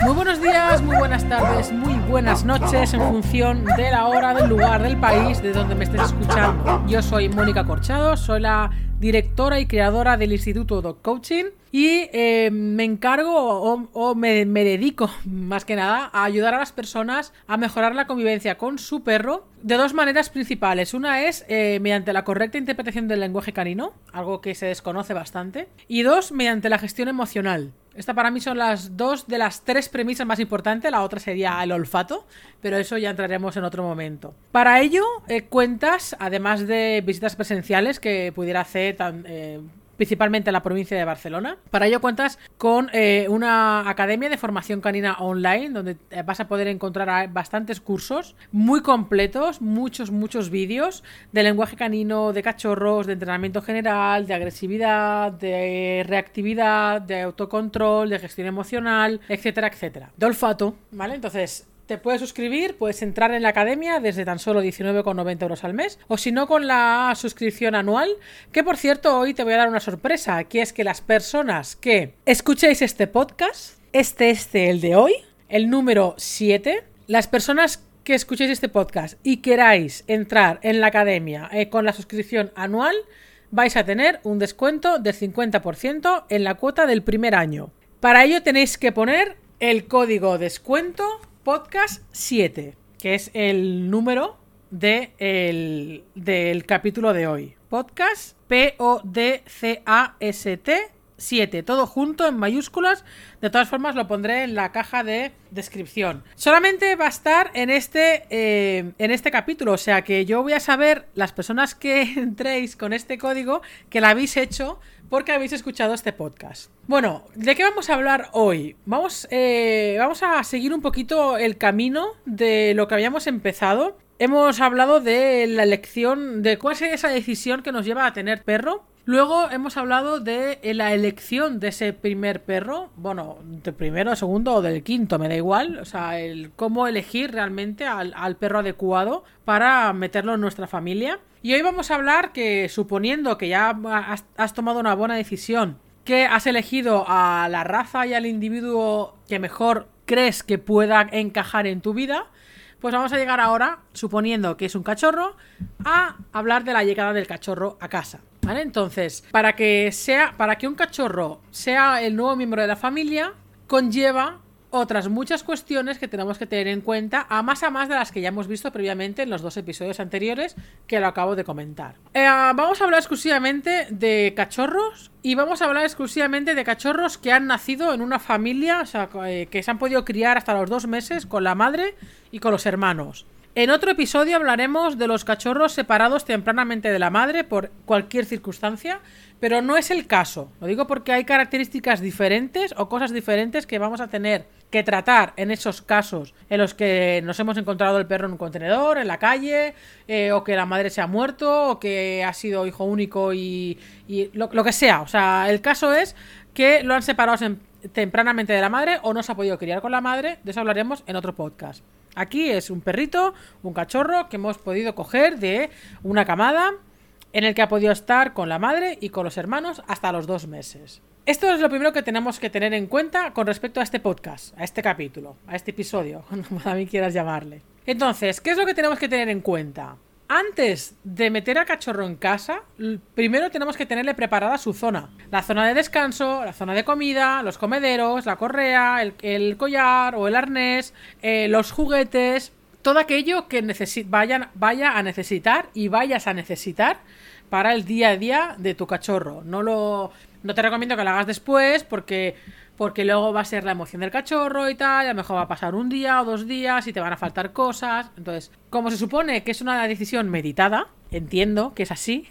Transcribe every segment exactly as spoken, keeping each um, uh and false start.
Muy buenos días, muy buenas tardes, muy buenas noches en función de la hora, del lugar, del país, de donde me estés escuchando. Yo soy Mónica Corchado, soy la directora y creadora del Instituto Dog Coaching y eh, me encargo o, o me, me dedico más que nada a ayudar a las personas a mejorar la convivencia con su perro de dos maneras principales. Una es eh, mediante la correcta interpretación del lenguaje canino, algo que se desconoce bastante, y dos, mediante la gestión emocional. Esta para mí son las dos de las tres premisas más importantes, la otra sería el olfato, pero eso ya entraremos en otro momento. Para ello eh, cuentas, además de visitas presenciales que pudiera hacer tan, eh, principalmente en la provincia de Barcelona, para ello cuentas con eh, una academia de formación canina online donde vas a poder encontrar bastantes cursos muy completos, muchos, muchos vídeos de lenguaje canino, de cachorros, de entrenamiento general, de agresividad, de reactividad, de autocontrol, de gestión emocional, etcétera, etcétera. De olfato, ¿vale? Entonces te puedes suscribir, puedes entrar en la academia desde tan solo diecinueve con noventa euros al mes, o si no con la suscripción anual, que por cierto hoy te voy a dar una sorpresa, que es que las personas que escuchéis este podcast, este, este, el de hoy, el número siete, las personas que escuchéis este podcast y queráis entrar en la academia eh, con la suscripción anual, vais a tener un descuento del cincuenta por ciento en la cuota del primer año. Para ello tenéis que poner el código descuento podcast siete, que es el número de el, del capítulo de hoy. Podcast P O D C A S T siete, todo junto en mayúsculas. De todas formas lo pondré en la caja de descripción. Solamente va a estar en este eh, en este capítulo, o sea que yo voy a saber, las personas que entréis con este código, que lo habéis hecho porque habéis escuchado este podcast. Bueno, ¿de qué vamos a hablar hoy? Vamos, eh, vamos a seguir un poquito el camino de lo que habíamos empezado. Hemos hablado de la elección, de cuál es esa decisión que nos lleva a tener perro. Luego hemos hablado de la elección de ese primer perro, bueno, del primero, segundo o del quinto, me da igual, o sea, el cómo elegir realmente al, al perro adecuado para meterlo en nuestra familia. Y hoy vamos a hablar que, suponiendo que ya has, has tomado una buena decisión, que has elegido a la raza y al individuo que mejor crees que pueda encajar en tu vida, pues vamos a llegar ahora, suponiendo que es un cachorro, a hablar de la llegada del cachorro a casa. ¿Vale? Entonces, para que sea, para que un cachorro sea el nuevo miembro de la familia, conlleva otras muchas cuestiones que tenemos que tener en cuenta, a más a más de las que ya hemos visto previamente en los dos episodios anteriores que lo acabo de comentar. Eh, vamos a hablar exclusivamente de cachorros y vamos a hablar exclusivamente de cachorros que han nacido en una familia, o sea, eh, que se han podido criar hasta los dos meses con la madre y con los hermanos. En otro episodio hablaremos de los cachorros separados tempranamente de la madre por cualquier circunstancia, pero no es el caso. Lo digo porque hay características diferentes o cosas diferentes que vamos a tener que tratar en esos casos en los que nos hemos encontrado el perro en un contenedor, en la calle, eh, o que la madre se ha muerto, o que ha sido hijo único y, y lo, lo que sea. O sea, el caso es que lo han separado en, tempranamente de la madre o no se ha podido criar con la madre. De eso hablaremos en otro podcast. Aquí es un perrito, un cachorro que hemos podido coger de una camada en el que ha podido estar con la madre y con los hermanos hasta los dos meses. Esto es lo primero que tenemos que tener en cuenta con respecto a este podcast, a este capítulo, a este episodio, como también quieras llamarle. Entonces, ¿qué es lo que tenemos que tener en cuenta? Antes de meter al cachorro en casa, primero tenemos que tenerle preparada su zona. La zona de descanso, la zona de comida, los comederos, la correa, el, el collar o el arnés, eh, los juguetes, todo aquello que necesi- vayan, vaya a necesitar y vayas a necesitar para el día a día de tu cachorro. No, lo, no te recomiendo que lo hagas después porque... porque luego va a ser la emoción del cachorro y tal, y a lo mejor va a pasar un día o dos días y te van a faltar cosas. Entonces, como se supone que es una decisión meditada, entiendo que es así,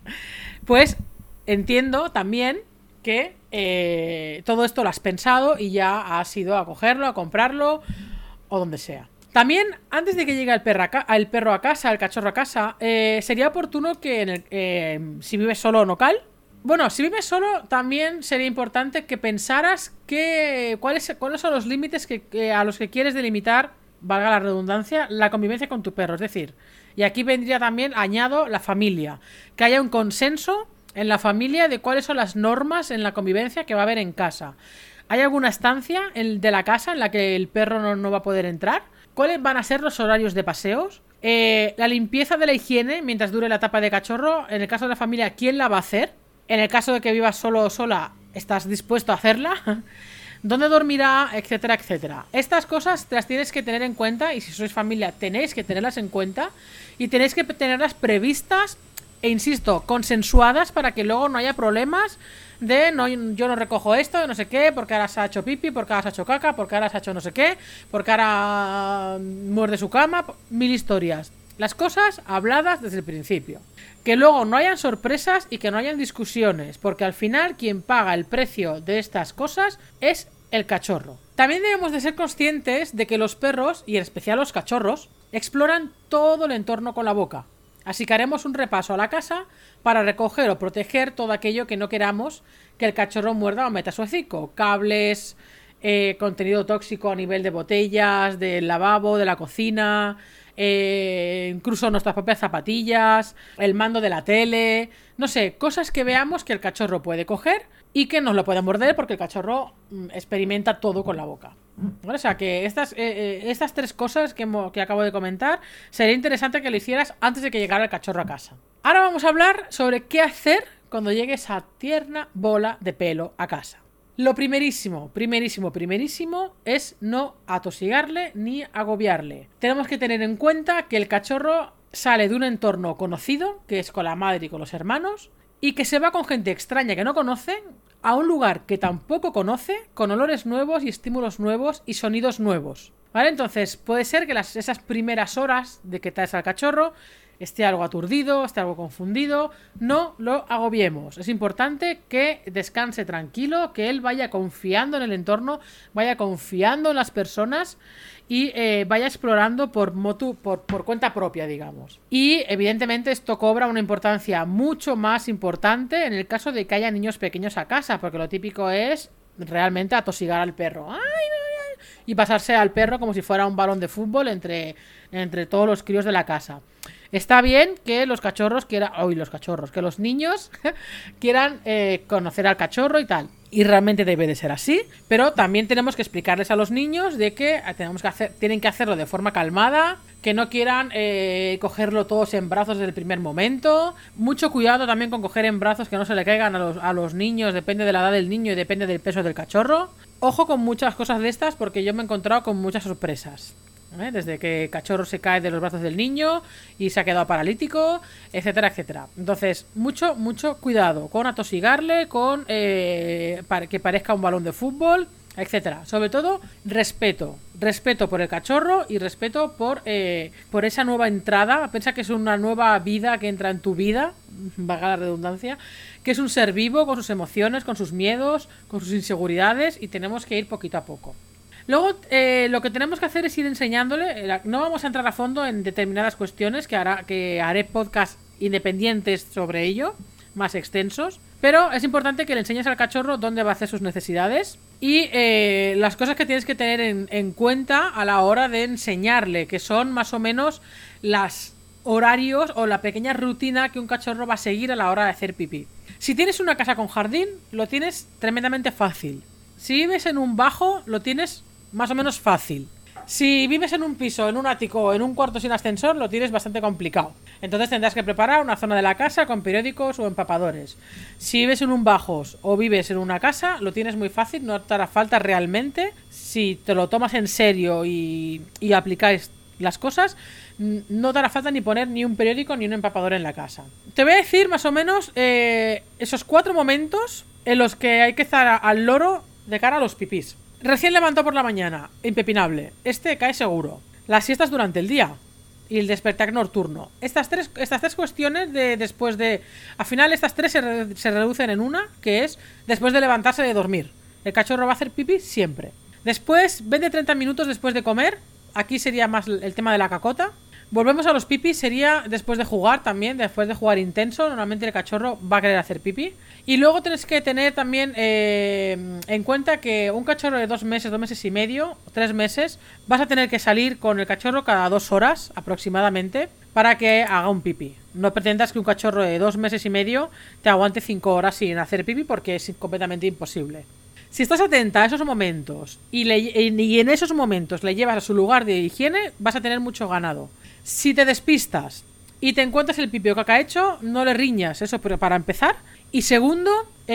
pues entiendo también que eh, todo esto lo has pensado y ya has ido a cogerlo, a comprarlo o donde sea. También, antes de que llegue el perro a, ca- el perro a casa, el cachorro a casa, eh, sería oportuno que en el, eh, si vives solo o local, bueno, si vives solo, también sería importante que pensaras que, cuáles, cuáles son los límites que, que a los que quieres delimitar, valga la redundancia, la convivencia con tu perro. Es decir, y aquí vendría también, añado, la familia. Que haya un consenso en la familia de cuáles son las normas en la convivencia que va a haber en casa. ¿Hay alguna estancia de la casa en la que el perro no, no va a poder entrar? ¿Cuáles van a ser los horarios de paseos? Eh, la limpieza de la higiene mientras dure la etapa de cachorro. En el caso de la familia, ¿quién la va a hacer? En el caso de que vivas solo o sola, ¿estás dispuesto a hacerla? ¿Dónde dormirá? Etcétera, etcétera. Estas cosas te las tienes que tener en cuenta, y si sois familia tenéis que tenerlas en cuenta y tenéis que tenerlas previstas e, insisto, consensuadas para que luego no haya problemas de no, yo no recojo esto, no sé qué, porque ahora se ha hecho pipi, porque ahora se ha hecho caca, porque ahora se ha hecho no sé qué, porque ahora muerde su cama, mil historias. Las cosas habladas desde el principio. Que luego no hayan sorpresas y que no hayan discusiones, porque al final quien paga el precio de estas cosas es el cachorro. También debemos de ser conscientes de que los perros, y en especial los cachorros, exploran todo el entorno con la boca. Así que haremos un repaso a la casa para recoger o proteger todo aquello que no queramos que el cachorro muerda o meta su hocico. Cables, eh, contenido tóxico a nivel de botellas, del lavabo, de la cocina, eh, incluso nuestras propias zapatillas, el mando de la tele, no sé, cosas que veamos que el cachorro puede coger y que nos lo puede morder porque el cachorro mm, experimenta todo con la boca. ¿Vale? O sea que estas, eh, eh, estas tres cosas que, que acabo de comentar sería interesante que lo hicieras antes de que llegara el cachorro a casa. Ahora vamos a hablar sobre qué hacer cuando llegue esa tierna bola de pelo a casa. Lo primerísimo, primerísimo, primerísimo es no atosigarle ni agobiarle. Tenemos que tener en cuenta que el cachorro sale de un entorno conocido, que es con la madre y con los hermanos, y que se va con gente extraña que no conoce a un lugar que tampoco conoce, con olores nuevos y estímulos nuevos y sonidos nuevos. ¿Vale? Entonces puede ser que las, esas primeras horas de que traes al cachorro esté algo aturdido, esté algo confundido. No lo agobiemos. Es importante que descanse tranquilo, que él vaya confiando en el entorno, vaya confiando en las personas y eh, vaya explorando por, motu, por, por cuenta propia, digamos. Y evidentemente esto cobra una importancia mucho más importante en el caso de que haya niños pequeños a casa, porque lo típico es realmente atosigar al perro. ¡Ay, ay, ay! Y pasarse al perro como si fuera un balón de fútbol entre, entre todos los críos de la casa. Está bien que los cachorros quieran... ¡Uy, los cachorros! Que los niños quieran eh, conocer al cachorro y tal. Y realmente debe de ser así. Pero también tenemos que explicarles a los niños de que, tenemos que hacer, tienen que hacerlo de forma calmada, que no quieran eh, cogerlo todos en brazos desde el primer momento. Mucho cuidado también con coger en brazos que no se le caigan a los, a los niños. Depende de la edad del niño y depende del peso del cachorro. Ojo con muchas cosas de estas porque yo me he encontrado con muchas sorpresas. ¿Eh? Desde que el cachorro se cae de los brazos del niño y se ha quedado paralítico, etcétera, etcétera. Entonces, mucho, mucho cuidado con atosigarle, con eh, para que parezca un balón de fútbol, etcétera. Sobre todo, respeto. Respeto por el cachorro y respeto por, eh, por esa nueva entrada. Piensa que es una nueva vida que entra en tu vida, valga la redundancia, que es un ser vivo con sus emociones, con sus miedos, con sus inseguridades y tenemos que ir poquito a poco. Luego, eh, lo que tenemos que hacer es ir enseñándole. Eh, no vamos a entrar a fondo en determinadas cuestiones, que, hará, que haré podcasts independientes sobre ello, más extensos. Pero es importante que le enseñes al cachorro dónde va a hacer sus necesidades y eh, las cosas que tienes que tener en, en cuenta a la hora de enseñarle, que son más o menos los horarios o la pequeña rutina que un cachorro va a seguir a la hora de hacer pipí. Si tienes una casa con jardín, lo tienes tremendamente fácil. Si vives en un bajo, lo tienes más o menos fácil. Si vives en un piso, en un ático o en un cuarto sin ascensor, lo tienes bastante complicado. Entonces tendrás que preparar una zona de la casa con periódicos o empapadores. Si vives en un bajos o vives en una casa, lo tienes muy fácil, no te hará falta realmente. Si te lo tomas en serio y, y aplicáis las cosas, no te hará falta ni poner ni un periódico ni un empapador en la casa. Te voy a decir más o menos eh, esos cuatro momentos en los que hay que estar al loro de cara a los pipís. Recién levantado por la mañana, impepinable. Este cae seguro. Las siestas durante el día y el despertar nocturno. Estas tres, estas tres cuestiones de después de... Al final estas tres se, re, se reducen en una, que es después de levantarse de dormir. El cachorro va a hacer pipí siempre. Después, veinte a treinta minutos después de comer. Aquí sería más el tema de la cacota. Volvemos a los pipis, sería después de jugar también, después de jugar intenso, normalmente el cachorro va a querer hacer pipí. Y luego tienes que tener también eh, en cuenta que un cachorro de dos meses, dos meses y medio, tres meses, vas a tener que salir con el cachorro cada dos horas aproximadamente para que haga un pipí. No pretendas que un cachorro de dos meses y medio te aguante cinco horas sin hacer pipí porque es completamente imposible. Si estás atenta a esos momentos y, le, y en esos momentos le llevas a su lugar de higiene, vas a tener mucho ganado. Si te despistas y te encuentras el pipio caca hecho, no le riñas, eso para empezar. Y segundo,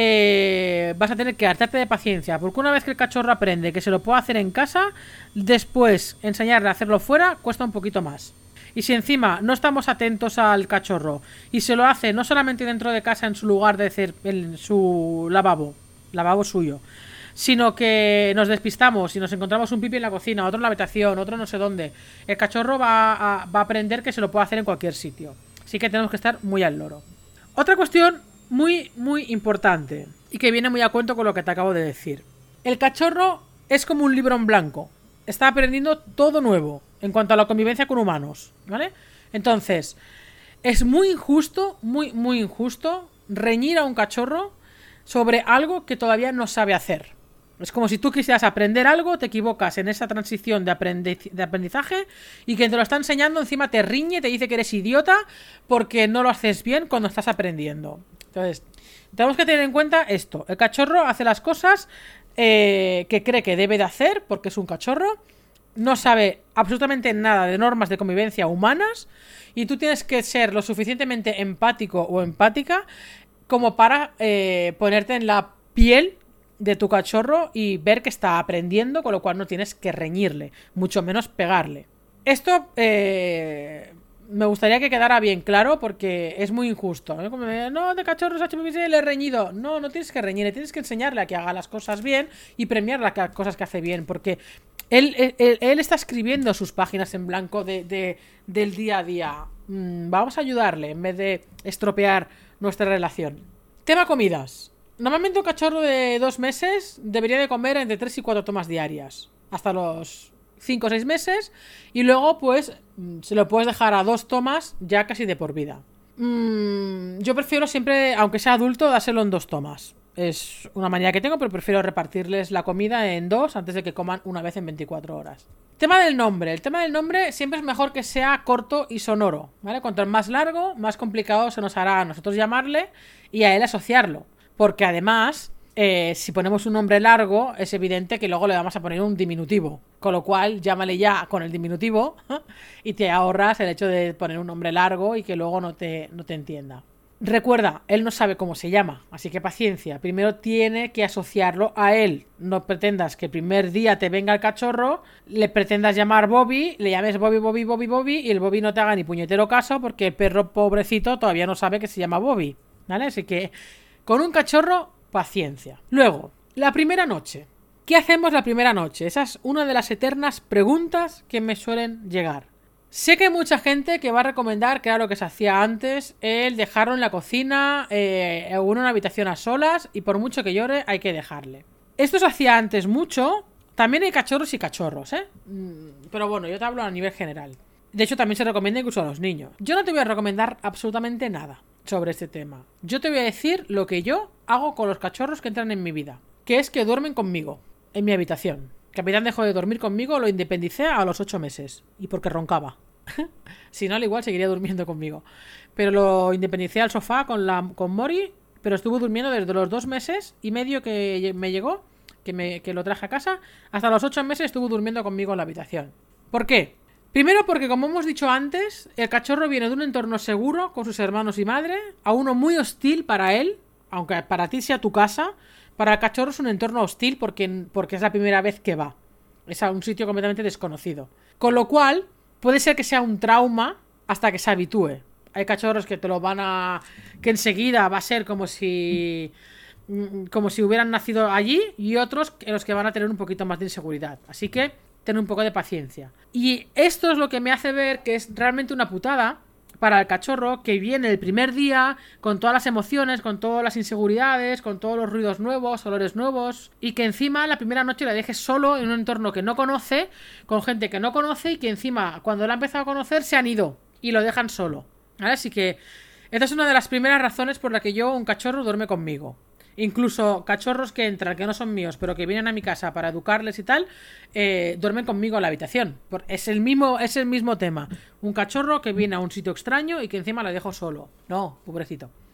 eh, vas a tener que hartarte de paciencia, porque una vez que el cachorro aprende que se lo puede hacer en casa, después enseñarle a hacerlo fuera cuesta un poquito más. Y si encima no estamos atentos al cachorro y se lo hace no solamente dentro de casa en su lugar de hacer en su lavabo, lavabo suyo, sino que nos despistamos y nos encontramos un pipi en la cocina, otro en la habitación, otro no sé dónde, el cachorro va a, va a aprender que se lo puede hacer en cualquier sitio. Así que tenemos que estar muy al loro. Otra cuestión muy, muy importante y que viene muy a cuento con lo que te acabo de decir. El cachorro es como un libro en blanco. Está aprendiendo todo nuevo en cuanto a la convivencia con humanos, ¿vale? Entonces, es muy injusto, muy, muy injusto reñir a un cachorro sobre algo que todavía no sabe hacer. Es como si tú quisieras aprender algo, te equivocas en esa transición de, aprendiz- de aprendizaje y quien te lo está enseñando encima te riñe, te dice que eres idiota porque no lo haces bien cuando estás aprendiendo. Entonces, tenemos que tener en cuenta esto. El cachorro hace las cosas eh, que cree que debe de hacer porque es un cachorro. No sabe absolutamente nada de normas de convivencia humanas y tú tienes que ser lo suficientemente empático o empática como para eh, ponerte en la piel de tu cachorro y ver que está aprendiendo, con lo cual no tienes que reñirle, mucho menos pegarle. Esto eh, me gustaría que quedara bien claro porque es muy injusto, ¿no? Como, no, de cachorros H P V le he reñido. No, no tienes que reñirle, tienes que enseñarle a que haga las cosas bien y premiar las cosas que hace bien, porque él, él, él está escribiendo sus páginas en blanco de, de, del día a día. Mm, vamos a ayudarle en vez de estropear nuestra relación. Tema comidas. Normalmente un cachorro de dos meses debería de comer entre tres y cuatro tomas diarias. Hasta los cinco o seis meses. Y luego pues se lo puedes dejar a dos tomas ya casi de por vida. Mm, yo prefiero siempre, aunque sea adulto, dárselo en dos tomas. Es una manía que tengo, pero prefiero repartirles la comida en dos antes de que coman una vez en veinticuatro horas. Tema del nombre. El tema del nombre siempre es mejor que sea corto y sonoro, ¿vale? Cuanto más largo, más complicado se nos hará a nosotros llamarle y a él asociarlo. Porque además, eh, si ponemos un nombre largo, es evidente que luego le vamos a poner un diminutivo. Con lo cual, llámale ya con el diminutivo y te ahorras el hecho de poner un nombre largo y que luego no te, no te entienda. Recuerda, él no sabe cómo se llama, así que paciencia. Primero tiene que asociarlo a él. No pretendas que el primer día te venga el cachorro, le pretendas llamar Bobby, le llames Bobby, Bobby, Bobby, Bobby y el Bobby no te haga ni puñetero caso porque el perro pobrecito todavía no sabe que se llama Bobby, ¿vale? Así que con un cachorro, paciencia. Luego, la primera noche. ¿Qué hacemos la primera noche? Esa es una de las eternas preguntas que me suelen llegar. Sé que hay mucha gente que va a recomendar que era lo que se hacía antes, el dejarlo en la cocina eh, o en una habitación a solas y por mucho que llore hay que dejarle. Esto se hacía antes mucho, también hay cachorros y cachorros, ¿eh? Pero bueno, yo te hablo a nivel general. De hecho también se recomienda incluso a los niños. Yo no te voy a recomendar absolutamente nada sobre este tema. Yo te voy a decir lo que yo hago con los cachorros que entran en mi vida, que es que duermen conmigo, en mi habitación. Capitán dejó de dormir conmigo, lo independicé a los ocho meses. Y porque roncaba. Si no, al igual seguiría durmiendo conmigo. Pero lo independicé al sofá con, la, con Mori, pero estuvo durmiendo desde los dos meses y medio que me llegó, que, me, que lo traje a casa, hasta los ocho meses estuvo durmiendo conmigo en la habitación. ¿Por qué? Primero porque, como hemos dicho antes, el cachorro viene de un entorno seguro con sus hermanos y madre, a uno muy hostil para él, aunque para ti sea tu casa. Para el cachorro es un entorno hostil porque, porque es la primera vez que va. Es a un sitio completamente desconocido. Con lo cual, puede ser que sea un trauma hasta que se habitúe. Hay cachorros que te lo van a... que enseguida va a ser como si... como si hubieran nacido allí y otros en los que van a tener un poquito más de inseguridad. Así que, ten un poco de paciencia. Y esto es lo que me hace ver que es realmente una putada para el cachorro que viene el primer día con todas las emociones, con todas las inseguridades, con todos los ruidos nuevos, olores nuevos, y que encima la primera noche le dejes solo en un entorno que no conoce, con gente que no conoce y que encima cuando lo ha empezado a conocer se han ido y lo dejan solo, ¿vale? Así que esta es una de las primeras razones por la que yo, un cachorro, duerme conmigo. Incluso cachorros que entran, que no son míos, pero que vienen a mi casa para educarles y tal, eh, duermen conmigo en la habitación. Es el mismo, es el mismo tema. Un cachorro que viene a un sitio extraño y que encima lo dejo solo. No, pobrecito.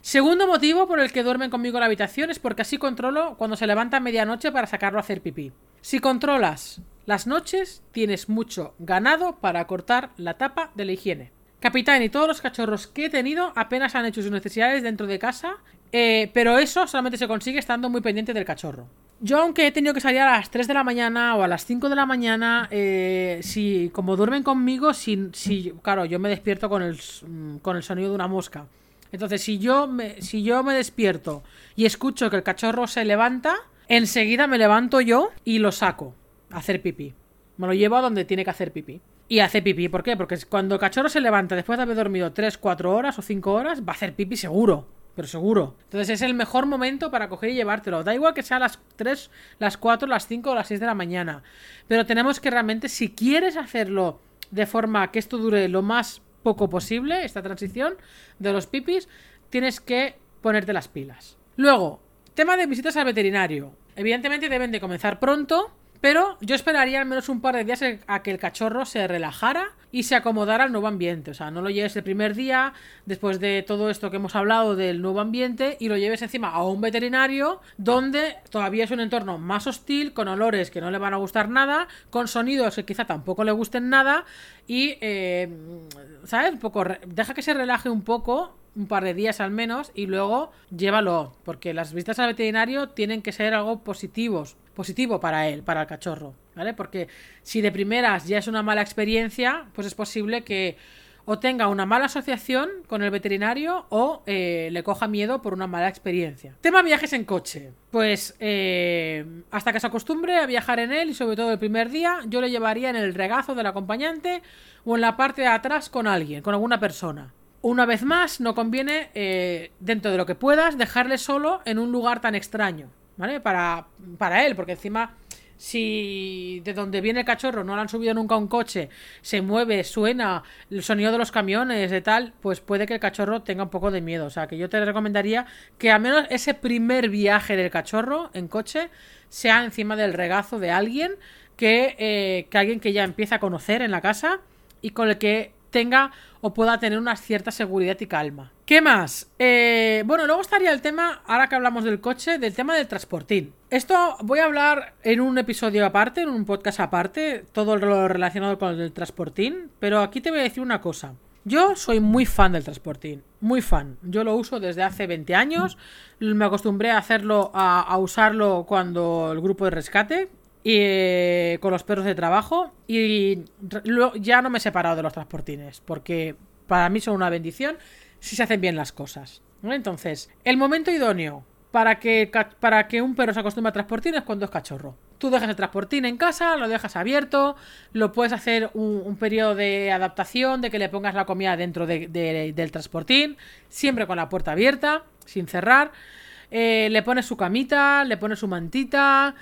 Segundo motivo por el que duermen conmigo en la habitación es porque así controlo cuando se levanta a medianoche para sacarlo a hacer pipí. Si controlas las noches, tienes mucho ganado para cortar la tapa de la higiene. Capitán y todos los cachorros que he tenido apenas han hecho sus necesidades dentro de casa, eh, pero eso solamente se consigue estando muy pendiente del cachorro. Yo, aunque he tenido que salir a las tres de la mañana o a las cinco de la mañana, eh, si como duermen conmigo, si, si, claro, yo me despierto con el, con el sonido de una mosca. Entonces, si yo, me, si yo me despierto y escucho que el cachorro se levanta, enseguida me levanto yo y lo saco a hacer pipí. Me lo llevo a donde tiene que hacer pipí. Y hace pipí, ¿por qué? Porque cuando el cachorro se levanta después de haber dormido tres, cuatro horas o cinco horas, va a hacer pipí seguro. Pero seguro. Entonces es el mejor momento para coger y llevártelo. Da igual que sea las tres, las cuatro, las cinco o las seis de la mañana. Pero tenemos que realmente, si quieres hacerlo de forma que esto dure lo más poco posible, esta transición de los pipis, tienes que ponerte las pilas. Luego, tema de visitas al veterinario. Evidentemente deben de comenzar pronto, pero yo esperaría al menos un par de días a que el cachorro se relajara y se acomodara al nuevo ambiente. O sea, no lo lleves el primer día, después de todo esto que hemos hablado del nuevo ambiente, y lo lleves encima a un veterinario donde todavía es un entorno más hostil, con olores que no le van a gustar nada, con sonidos que quizá tampoco le gusten nada, y, eh, ¿sabes? Un poco, deja que se relaje un poco, un par de días al menos, y luego llévalo, porque las visitas al veterinario tienen que ser algo positivos, positivo para él, para el cachorro, ¿vale? Porque si de primeras ya es una mala experiencia, pues es posible que o tenga una mala asociación con el veterinario o eh, le coja miedo por una mala experiencia. Tema viajes en coche. Pues eh, hasta que se acostumbre a viajar en él, y sobre todo el primer día, yo le llevaría en el regazo del acompañante o en la parte de atrás con alguien, con alguna persona. Una vez más, no conviene, eh, dentro de lo que puedas, dejarle solo en un lugar tan extraño, ¿vale? Para, para él, porque encima, si de donde viene el cachorro no le han subido nunca a un coche, se mueve, suena el sonido de los camiones, de tal, pues puede que el cachorro tenga un poco de miedo. O sea, que yo te recomendaría que al menos ese primer viaje del cachorro en coche sea encima del regazo de alguien que, eh, que alguien que ya empieza a conocer en la casa y con el que tenga o pueda tener una cierta seguridad y calma. ¿Qué más? Eh, bueno, luego estaría el tema, ahora que hablamos del coche, del tema del transportín. Esto voy a hablar en un episodio aparte, en un podcast aparte, todo lo relacionado con el transportín, pero aquí te voy a decir una cosa. Yo soy muy fan del transportín, muy fan. Yo lo uso desde hace veinte años, me acostumbré a hacerlo, a, a usarlo cuando el grupo de rescate, y eh, con los perros de trabajo, y lo, ya no me he separado de los transportines porque para mí son una bendición si se hacen bien las cosas, ¿vale? Entonces, el momento idóneo para que, para que un perro se acostumbre a transportín es cuando es cachorro. Tú dejas el transportín en casa, lo dejas abierto, lo puedes hacer un, un periodo de adaptación, de que le pongas la comida dentro de, de, del transportín, siempre con la puerta abierta, sin cerrar, eh, le pones su camita, le pones su mantita,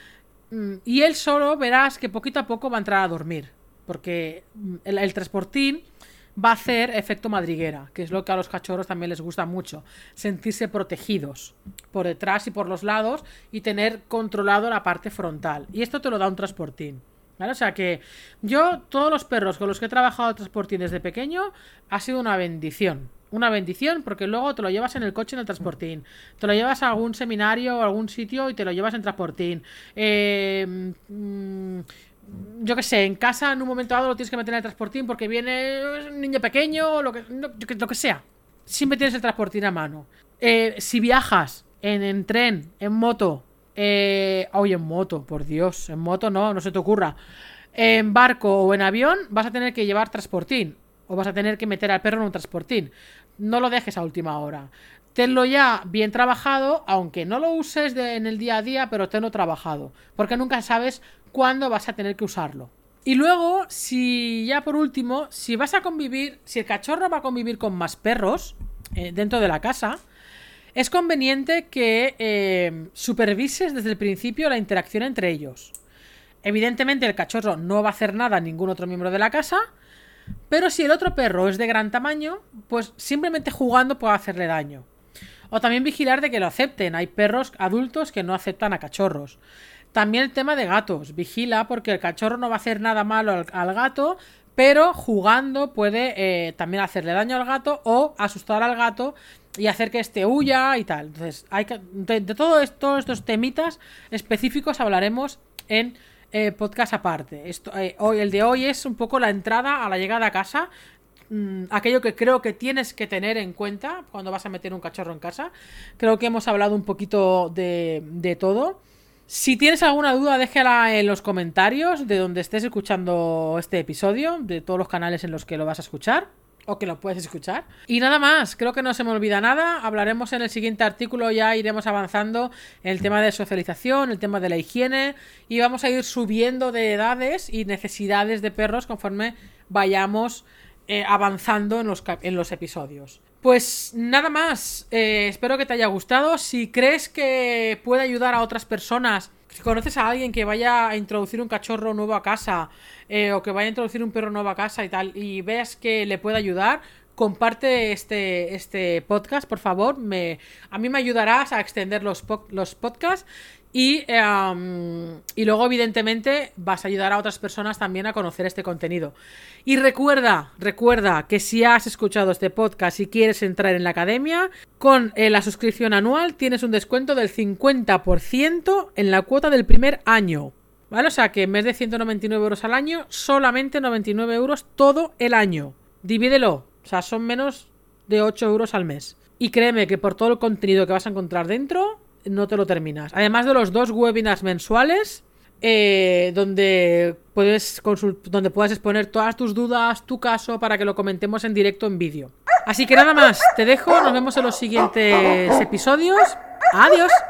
y él solo verás que poquito a poco va a entrar a dormir, porque el, el transportín va a hacer efecto madriguera, que es lo que a los cachorros también les gusta mucho, sentirse protegidos por detrás y por los lados y tener controlado la parte frontal, y esto te lo da un transportín, ¿vale? O sea que yo, todos los perros con los que he trabajado el transportín desde pequeño, ha sido una bendición. Una bendición, porque luego te lo llevas en el coche en el transportín, te lo llevas a algún seminario o algún sitio y te lo llevas en transportín. Eh, mmm, yo qué sé, en casa en un momento dado lo tienes que meter en el transportín porque viene un niño pequeño, lo que, lo que sea. Siempre tienes el transportín a mano. Eh, si viajas en, en tren, en moto, eh, oye, en moto, por Dios, en moto no, no se te ocurra. En barco o en avión vas a tener que llevar transportín. O vas a tener que meter al perro en un transportín. No lo dejes a última hora. Tenlo ya bien trabajado, aunque no lo uses de, en el día a día, pero tenlo trabajado. Porque nunca sabes cuándo vas a tener que usarlo. Y luego, si ya por último, si vas a convivir, si el cachorro va a convivir con más perros eh, dentro de la casa, es conveniente que eh, supervises desde el principio la interacción entre ellos. Evidentemente el cachorro no va a hacer nada a ningún otro miembro de la casa, pero si el otro perro es de gran tamaño, pues simplemente jugando puede hacerle daño. O también vigilar de que lo acepten. Hay perros adultos que no aceptan a cachorros. También el tema de gatos. Vigila porque el cachorro no va a hacer nada malo al, al gato, pero jugando puede eh, también hacerle daño al gato o asustar al gato y hacer que este huya y tal. Entonces, hay que, de, de todo esto, todos estos temitas específicos hablaremos en eh, podcast aparte. Esto, eh, hoy, el de hoy es un poco la entrada a la llegada a casa. Mmm, aquello que creo que tienes que tener en cuenta cuando vas a meter un cachorro en casa. Creo que hemos hablado un poquito de, de todo. Si tienes alguna duda, déjala en los comentarios de donde estés escuchando este episodio, de todos los canales en los que lo vas a escuchar o que lo puedes escuchar. Y nada más, creo que no se me olvida nada. Hablaremos en el siguiente artículo, ya iremos avanzando en el tema de socialización, el tema de la higiene, y vamos a ir subiendo de edades y necesidades de perros conforme vayamos eh, avanzando en los, en los episodios. Pues nada más, eh, espero que te haya gustado. Si crees que puede ayudar a otras personas, si conoces a alguien que vaya a introducir un cachorro nuevo a casa eh, o que vaya a introducir un perro nuevo a casa y tal, y veas que le puede ayudar, comparte este, este podcast, por favor. Me, a mí me ayudarás a extender los, po- los podcasts y, um, y luego evidentemente vas a ayudar a otras personas también a conocer este contenido. Y recuerda, recuerda que si has escuchado este podcast y quieres entrar en la academia, con eh, la suscripción anual tienes un descuento del cincuenta por ciento en la cuota del primer año, ¿vale? O sea que en vez de ciento noventa y nueve euros al año, solamente noventa y nueve euros todo el año. Divídelo, o sea, son menos de ocho euros al mes. Y créeme que por todo el contenido que vas a encontrar dentro, no te lo terminas. Además de los dos webinars mensuales, eh, donde puedes consult- donde puedas exponer todas tus dudas, tu caso, para que lo comentemos en directo en vídeo. Así que nada más, te dejo, nos vemos en los siguientes episodios. Adiós.